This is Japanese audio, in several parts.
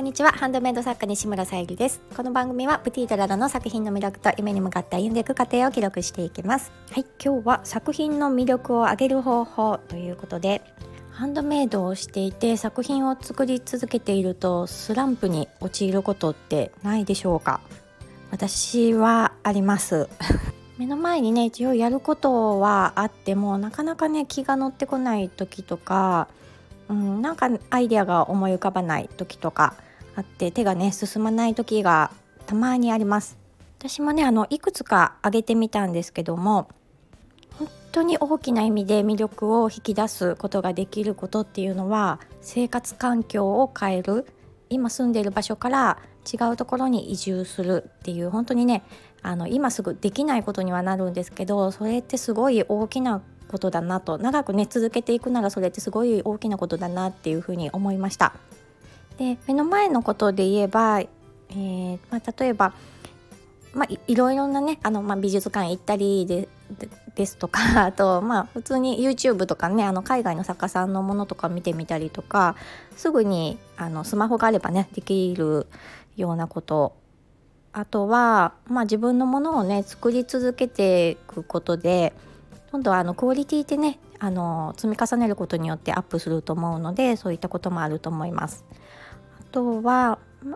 んにちは。ハンドメイド作家西村さゆりです。この番組はプティートララの作品の魅力と夢に向かって歩んでいく過程を記録していきます。はい、今日は作品の魅力を上げる方法ということで、ハンドメイドをしていて作品を作り続けているとスランプに陥ることってないでしょうか？私はあります目の前にね、一応やることはあってもなかなかね気が乗ってこない時とか、なんかアイデアが思い浮かばない時とかあって、手がね進まない時がたまにあります。私もねいくつか挙げてみたんですけども、本当に大きな意味で魅力を引き出すことができることっていうのは、生活環境を変える、今住んでいる場所から違うところに移住するっていう、本当にね今すぐできないことにはなるんですけど、それってすごい大きなことだなと、長くね続けていくならそれってすごい大きなことだなっていうふうに思いました。で、目の前のことで言えば、例えば、いろいろなね美術館行ったりですとか、あと普通に YouTube とかね海外の作家さんのものとか見てみたりとか、すぐにスマホがあればねできるようなこと、あとは自分のものをね作り続けていくことで、今度はクオリティってね積み重ねることによってアップすると思うので、そういったこともあると思います。あとは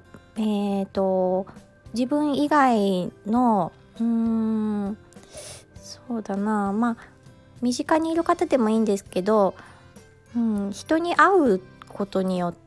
自分以外のそうだな、身近にいる方でもいいんですけど、人に会うことによって、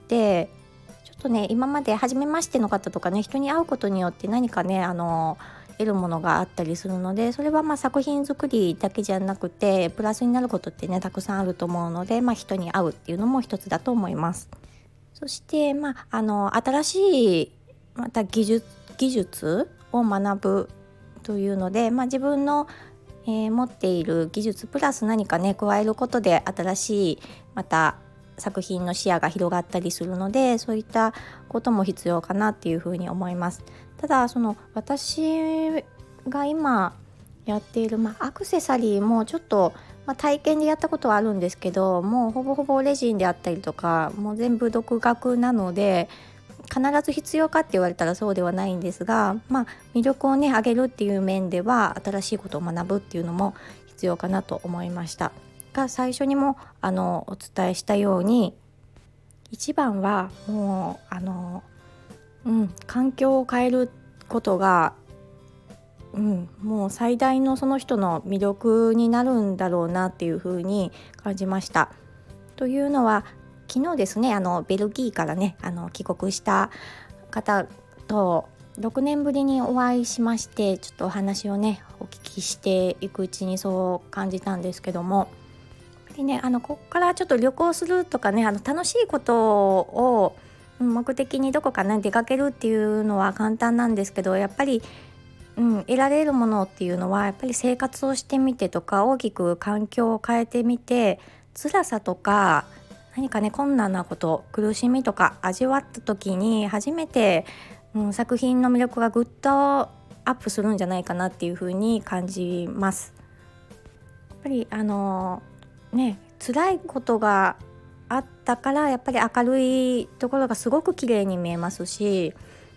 ちょっとね今まで初めましての方とかね、人に会うことによって何かね得るものがあったりするので、それは作品作りだけじゃなくてプラスになることってねたくさんあると思うので、人に会うっていうのも一つだと思います。そして新しいまた技術を学ぶというので、自分の、持っている技術プラス何かね加えることで、新しいまた作品の視野が広がったりするので、そういったことも必要かなっていうふうに思います。ただ私が今やっている、アクセサリーもちょっと、体験でやったことはあるんですけど、もうほぼほぼレジンであったりとか、もう全部独学なので必ず必要かって言われたらそうではないんですが、魅力をね上げるっていう面では、新しいことを学ぶっていうのも必要かなと思いましたが、最初にもお伝えしたように、一番はもう環境を変えることがもう最大のその人の魅力になるんだろうなっていうふうに感じました。というのは、昨日ですねベルギーからね帰国した方と6年ぶりにお会いしまして、ちょっとお話をねお聞きしていくうちにそう感じたんですけども、やっぱりねここからちょっと旅行するとかね、楽しいことを目的にどこかね出かけるっていうのは簡単なんですけど、やっぱり得られるものっていうのは、やっぱり生活をしてみてとか、大きく環境を変えてみて、辛さとか何かね困難なこと、苦しみとか味わった時に初めて、作品の魅力がぐっとアップするんじゃないかなっていうふうに感じます。やっぱり辛いことがあったから、やっぱり明るいところがすごく綺麗に見えますし、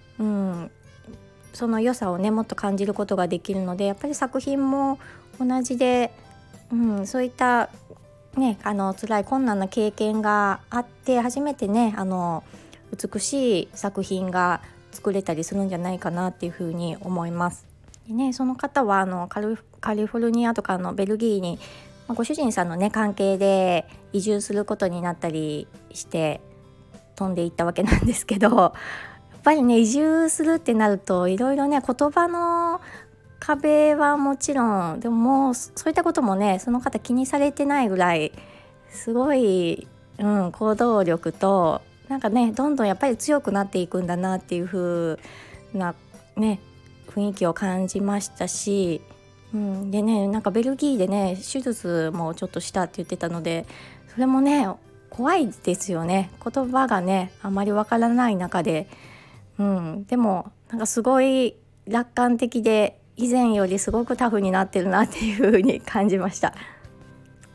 その良さをねもっと感じることができるので、やっぱり作品も同じで、そういったね辛い困難な経験があって初めてね美しい作品が作れたりするんじゃないかなっていうふうに思います。でね、その方はカリフォルニアとかベルギーに、ご主人さんのね関係で移住することになったりして飛んでいったわけなんですけど、やっぱりね移住するってなると、いろいろね言葉の壁はもちろん、でももうそういったこともねその方気にされてないぐらい、すごい、行動力となんかねどんどんやっぱり強くなっていくんだなっていう風なね雰囲気を感じましたし、でねなんかベルギーでね手術もちょっとしたって言ってたので、それもね怖いですよね。言葉がねあまりわからない中で、でもなんかすごい楽観的で、以前よりすごくタフになってるなっていう風に感じました。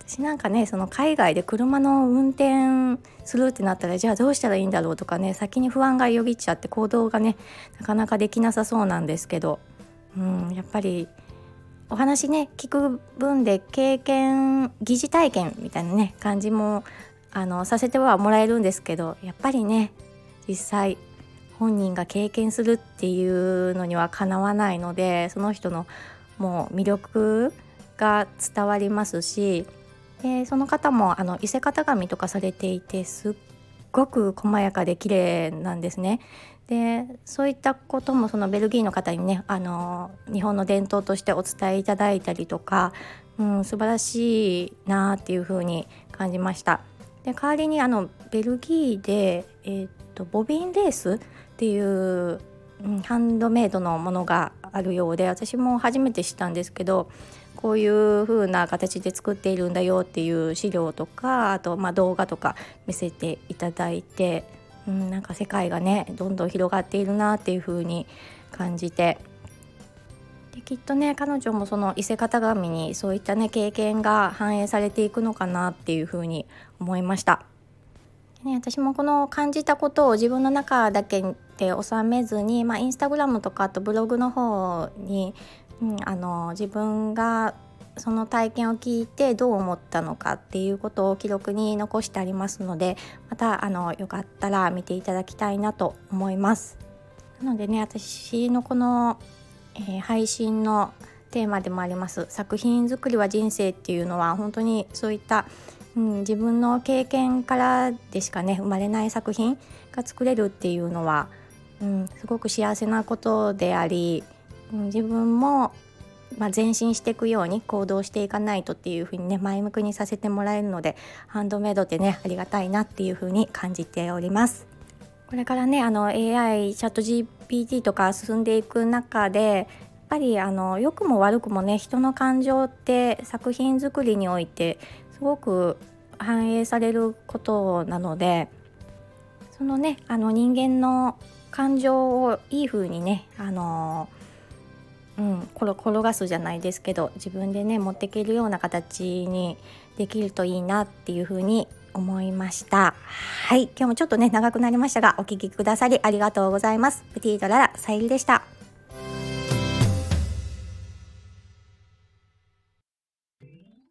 私なんかね、その海外で車の運転するってなったら、じゃあどうしたらいいんだろうとかね、先に不安がよぎっちゃって行動がねなかなかできなさそうなんですけど、やっぱりお話ね聞く分で疑似体験みたいなね感じもさせてはもらえるんですけど、やっぱりね実際本人が経験するっていうのにはかなわないので、その人のもう魅力が伝わりますし、でその方も伊勢型紙とかされていて、すっごく細やかで綺麗なんですね。でそういったこともそのベルギーの方にね日本の伝統としてお伝えいただいたりとか、素晴らしいなっていう風に感じました。で代わりにベルギーで、ボビンレースっていう、ハンドメイドのものがあるようで、私も初めて知ったんですけど、こういう風な形で作っているんだよっていう資料とか、あと動画とか見せていただいて、なんか世界がねどんどん広がっているなっていう風に感じて、できっとね彼女もその伊勢型紙にそういったね経験が反映されていくのかなっていう風に思いました。ね、私もこの感じたことを自分の中だけで収めずに、インスタグラムとかあとブログの方に、自分がその体験を聞いてどう思ったのかっていうことを記録に残してありますので、またよかったら見ていただきたいなと思います。なのでね、私のこの、配信のテーマでもあります作品作りは人生っていうのは、本当にそういった自分の経験からでしかね生まれない作品が作れるっていうのは、すごく幸せなことであり、自分も、前進していくように行動していかないとっていうふうにね前向きにさせてもらえるので、ハンドメイドってねありがたいなっていうふうに感じております。これからねAI チャット GPT とか進んでいく中で、やっぱり良くも悪くもね人の感情って作品作りにおいてすごく反映されることなので、そのね人間の感情をいい風にね転がすじゃないですけど、自分でね持っていけるような形にできるといいなっていう風に思いました。はい、今日もちょっとね長くなりましたがお聞きくださりありがとうございます。プティードララさゆりでした。